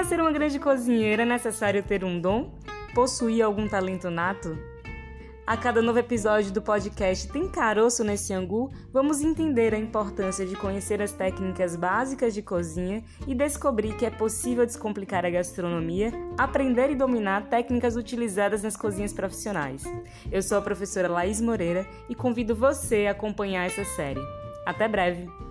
Para ser uma grande cozinheira é necessário ter um dom? Possuir algum talento nato? A cada novo episódio do podcast Tem Caroço nesse Angu, vamos entender a importância de conhecer as técnicas básicas de cozinha e descobrir que é possível descomplicar a gastronomia, aprender e dominar técnicas utilizadas nas cozinhas profissionais. Eu sou a professora Laís Moreira e convido você a acompanhar essa série. Até breve!